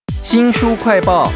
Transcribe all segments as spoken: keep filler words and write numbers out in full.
新书快报。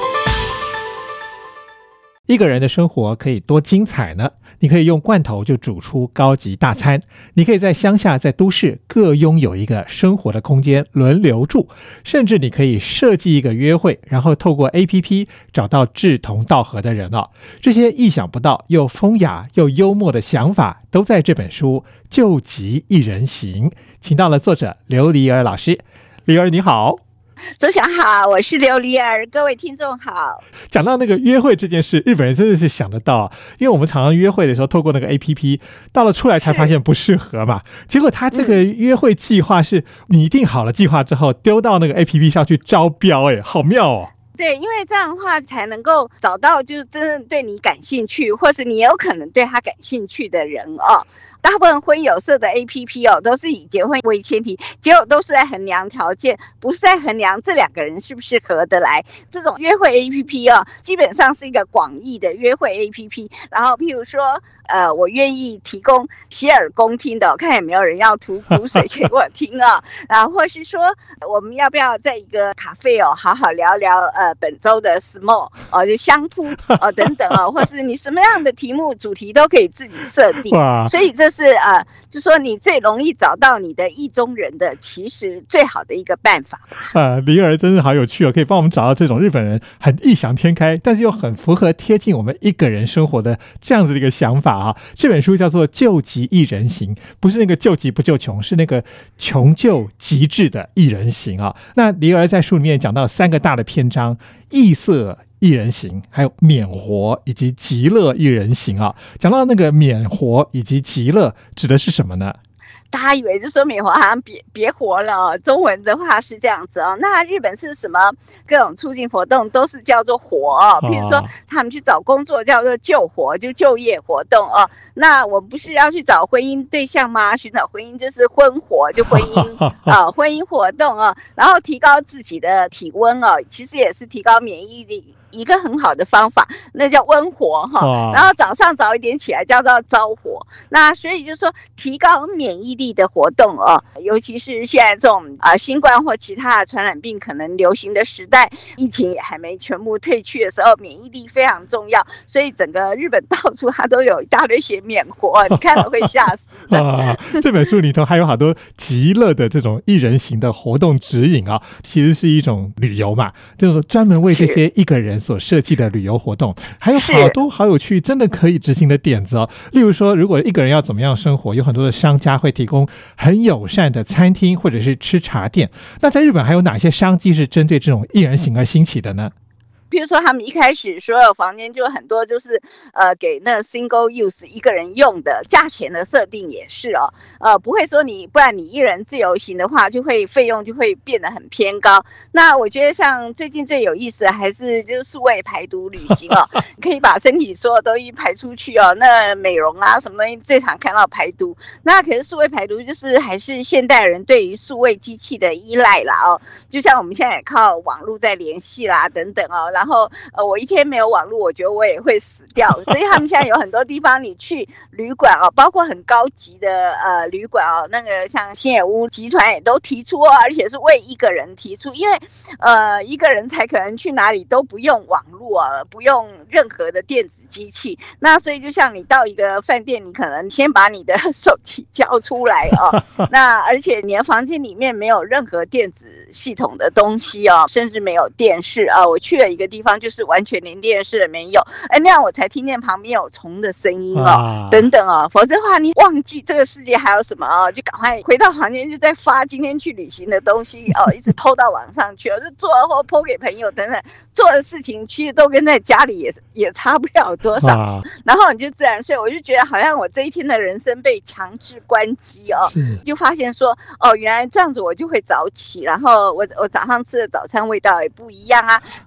一个人的生活可以多精彩呢？你可以用罐头就煮出高级大餐，你可以在乡下在都市各拥有一个生活的空间轮流住，甚至你可以设计一个约会，然后透过 A P P 找到志同道合的人哦。这些意想不到又风雅又幽默的想法都在这本书《救急一人行》，请到了作者刘黎儿老师。黎儿你好。 周翔好，我是刘黎儿，各位听众好。 讲到那个约会这件事，日本人真的是想得到，因为我们常常约会的时候透过那个 A P P， 到了出来才发现不适合嘛。结果他这个约会计划是你定好了计划之后丢到那个 A P P 上去招标，哎，好妙哦。 对，因为这样的话才能够找到就是真正对你感兴趣，或是你也有可能对他感兴趣的人哦。大部分婚友社的 A P P 哦，都是以结婚为前提，结果都是在衡量条件，不是在衡量这两个人是不是合得来。这种约会 A P P 哦，基本上是一个广义的约会 A P P。然后譬如说，呃，我愿意提供洗耳恭听的，看有没有人要吐苦水给我听啊、哦，然后或是说，我们要不要在一个咖啡哦，好好聊聊呃本周的 small 哦，就相扑哦等等哦，或是你什么样的题目主题都可以自己设定。所以这是呃，就说你最容易找到你的意中人的，其实最好的一个办法。 呃，黎儿真是好有趣哦，可以帮我们找到这种日本人很异想天开，但是又很符合贴近我们一个人生活的这样子的一个想法啊。这本书叫做《救急一人行》，不是那个救急不救穷，是那个穷救极致的一人行啊。那黎儿在书里面讲到三个大的篇章：异色一人行，还有免活以及极乐一人行啊。讲到那个免活以及极乐指的是什么呢？ 大家以为就说免活好像别别活了、哦，中文的话是这样子哦。那日本是什么各种促进活动都是叫做活哦，譬如说他们去找工作叫做就活，就就业活动哦。那我们不是要去找婚姻对象吗？寻找婚姻就是婚活，就婚姻啊、呃，婚姻活动哦。然后提高自己的体温哦，其实也是提高免疫力一个很好的方法，那叫温活哈。然后早上早一点起来叫做招活。那所以就是说提高免疫力的活动哦，尤其是现在这种啊、呃、新冠或其他的传染病可能流行的时代，疫情也还没全部退去的时候，免疫力非常重要。所以整个日本到处它都有一大堆写免活，你看了会吓死的、 啊。这本书里头还有好多极乐的这种一人行的活动指引啊，其实是一种旅游嘛，这种专门为这些一个人所设计的旅游活动，还有好多好有趣真的可以执行的点子哦。例如说，如果一个人要怎么样生活，有很多的商家会提供很友善的餐厅或者是吃茶店。那在日本还有哪些商机是针对这种一人行而兴起的呢？ 比如说他们一开始所有房间就很多就是呃给那 single use 一个人用的，价钱的设定也是哦，呃不会说你不然你一人自由行的话就会费用就会变得很偏高。那我觉得像最近最有意思的还是就是数位排毒旅行哦，可以把身体所有东西排出去哦，那美容啊什么东西最常看到排毒。那可是数位排毒就是还是现代人对于数位机器的依赖啦哦，就像我们现在也靠网络在联系啦等等哦，然后呃，我一天没有网络，我觉得我也会死掉。所以他们现在有很多地方，你去旅馆哦，包括很高级的呃旅馆哦，那个像新野屋集团也都提出哦，而且是为一个人提出，因为呃一个人才可能去哪里都不用网络啊，不用任何的电子机器。那所以就像你到一个饭店，你可能先把你的手机交出来哦，那而且你的房间里面没有任何电子系统的东西哦，甚至没有电视啊。我去了一个地方，就是完全连电视也没有，哎，那样我才听见旁边有虫的声音哦，等等哦，否则的话你忘记这个世界还有什么哦，就赶快回到房间，就在发今天去旅行的东西哦，一直 po 到网上去哦，就做或 po 给朋友等等，做的事情其实都跟在家里也也差不了多少，然后你就自然睡。我就觉得好像我这一天的人生被强制关机哦，就发现说哦，原来这样子我就会早起，然后我我早上吃的早餐味道也不一样啊，所以就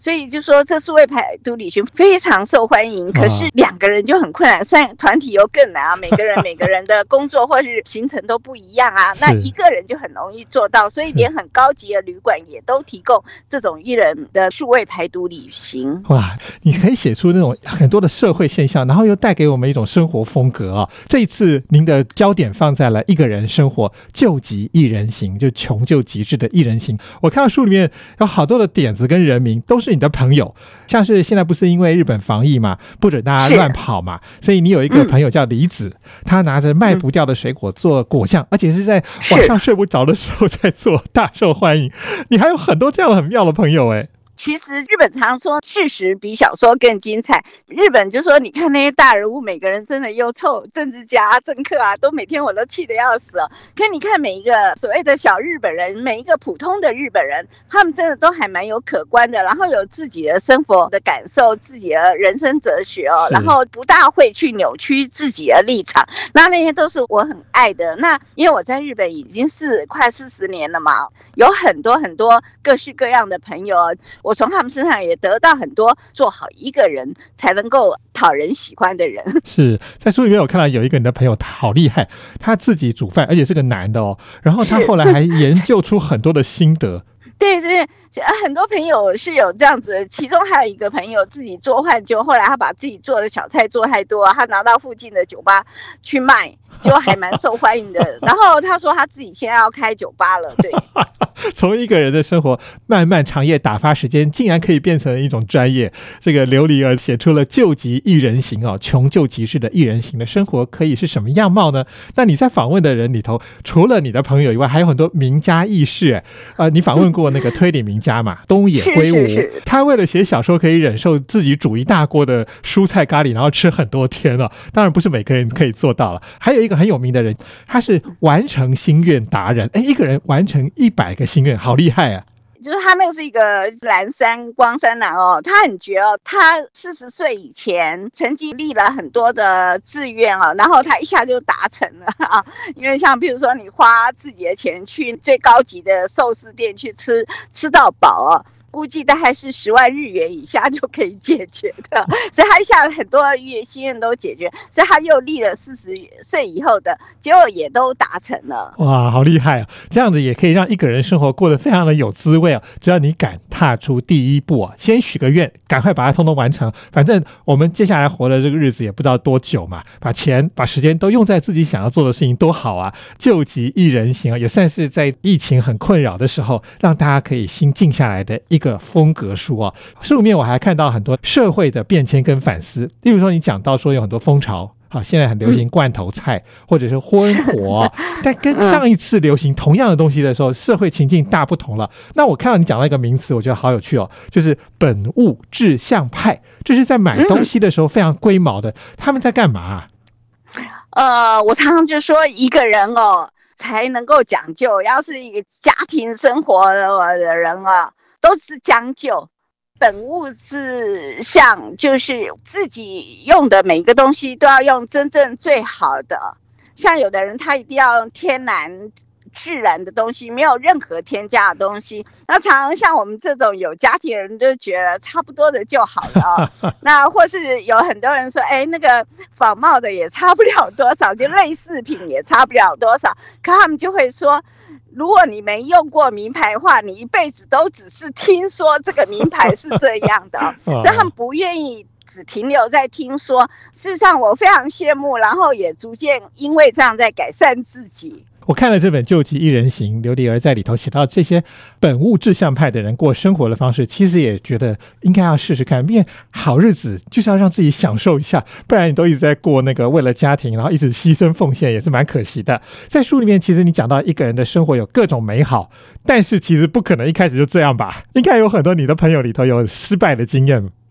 说这数位排毒旅行非常受欢迎，可是两个人就很困难，三团体又更难啊，每个人每个人的工作或是行程都不一样啊，那一个人就很容易做到，所以连很高级的旅馆也都提供这种一人的数位排毒旅行。 哇，你可以写出那种很多的社会现象，然后又带给我们一种生活风格啊。这一次您的焦点放在了一个人生活救急一人行，就穷救极致的一人行。我看到书里面有好多的点子跟人名都是你的朋友，像是现在不是因为日本防疫嘛，不准大家乱跑嘛，所以你有一个朋友叫李子，嗯、他拿着卖不掉的水果做果酱，嗯、而且是在晚上睡不着的时候在做，大受欢迎。你还有很多这样很妙的朋友哎。 其实日本常说事实比小说更精彩，日本就说你看那些大人物，每个人真的又臭，政治家、政客啊，都每天我都气得要死哦。可你看每一个所谓的小日本人，每一个普通的日本人，他们真的都还蛮有可观的，然后有自己的生活的感受，自己的人生哲学哦，然后不大会去扭曲自己的立场，那那些都是我很爱的。那因为我在日本已经是快四十年了嘛，有很多很多各式各样的朋友，我从他们身上也得到很多做好一个人才能够讨人喜欢的人。 是在书里面我看到有一个你的朋友他好厉害，他自己煮饭，而且是个男的哦，然后他后来还研究出很多的心得。 对对，很多朋友是有这样子，其中还有一个朋友自己做饭，就后来他把自己做的小菜做太多，他拿到附近的酒吧去卖，就还蛮受欢迎的。然后他说他自己现在要开酒吧了，对。 从一个人的生活漫漫长夜打发时间，竟然可以变成一种专业。这个琉璃儿写出了救急一人行哦，穷救急式的一人行的生活可以是什么样貌呢？那你在访问的人里头，除了你的朋友以外，还有很多名家义士。呃，你访问过那个推理名家嘛，东野圭吾，他为了写小说可以忍受自己煮一大锅的蔬菜咖喱，然后吃很多天哦。当然不是每个人可以做到了。还有一个很有名的人，他是完成心愿达人，哎，一个人完成一百个心愿，好厉害啊！ 就是他那个是一个蓝山光山男哦，他很绝哦，他四十岁以前曾经立了很多的志愿哦，然后他一下就达成了啊。因为像比如说你花自己的钱去最高级的寿司店去吃，吃到饱哦，估计大概是十万日元以下就可以解决的，所以他一下子很多心愿都解决，所以他又立了四十岁以后的，结果也都达成了。 哇，好厉害啊！这样子也可以让一个人生活过得非常的有滋味啊！只要你敢踏出第一步啊，先许个愿，赶快把它通通完成。反正我们接下来活的这个日子也不知道多久嘛，把钱把时间都用在自己想要做的事情多好啊！救急一人行啊，也算是在疫情很困扰的时候，让大家可以心静下来的一个风格书啊。书里面我还看到很多社会的变迁跟反思，例如说你讲到说有很多风潮，好，现在很流行罐头菜、嗯、或者是荤火，但跟上一次流行同样的东西的时候，社会情境大不同了。那我看到你讲到一个名词，我觉得好有趣哦，就是本物志向派，这是在买东西的时候非常龟毛的，他们在干嘛啊？ 呃，我常常就说一个人哦才能够讲究，要是一个家庭生活的人啊，都是将就。本物志向就是自己用的每一个东西都要用真正最好的，像有的人他一定要用天然自然的东西，没有任何添加的东西，那常常像我们这种有家庭的人就觉得差不多的就好了、哦、那或是有很多人说哎，那个仿冒的也差不了多少，就类似品也差不了多少，可他们就会说如果你没用过名牌的话，你一辈子都只是听说这个名牌是这样的、哦、所以他们不愿意只停留在听说。事实上我非常羡慕，然后也逐渐因为这样在改善自己。 我看了这本救急一人行，琉璃儿在里头写到这些本物志向派的人过生活的方式，其实也觉得应该要试试看，因为好日子就是要让自己享受一下，不然你都一直在过那个为了家庭然后一直牺牲奉献，也是蛮可惜的。在书里面其实你讲到一个人的生活有各种美好，但是其实不可能一开始就这样吧，应该有很多你的朋友里头有失败的经验。 哦，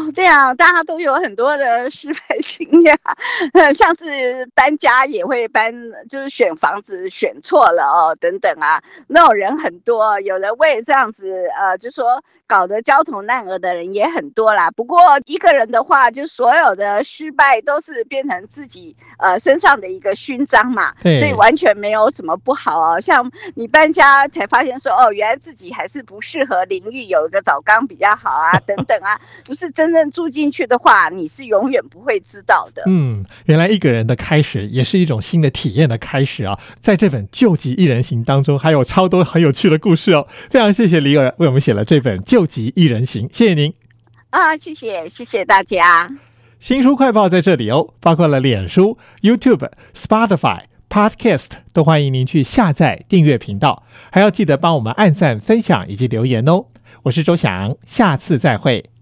哦，对啊，大家都有很多的失败经验，呃，像是搬家也会搬，就是选房子选错了哦，等等啊，那种人很多，有人为这样子，呃，就说搞得焦头烂额的人也很多啦。不过一个人的话，就所有的失败都是变成自己呃身上的一个勋章嘛，所以完全没有什么不好哦。像你搬家才发现说，哦，原来自己还是不适合淋浴，有一个澡缸比较好啊，等等啊，不是真正住进去的话，你是永远不会知道的。 嗯，原来一个人的开始也是一种新的体验的开始啊！在这本《救急一人行》当中，还有超多很有趣的故事哦。非常谢谢李尔为我们写了这本《救急一人行》，谢谢您啊！谢谢，谢谢大家。 新书快报在这里哦，包括了脸书、YouTube、Spotify、Podcast， 都欢迎您去下载订阅频道，还要记得帮我们按赞、分享以及留言哦。我是周翔，下次再会。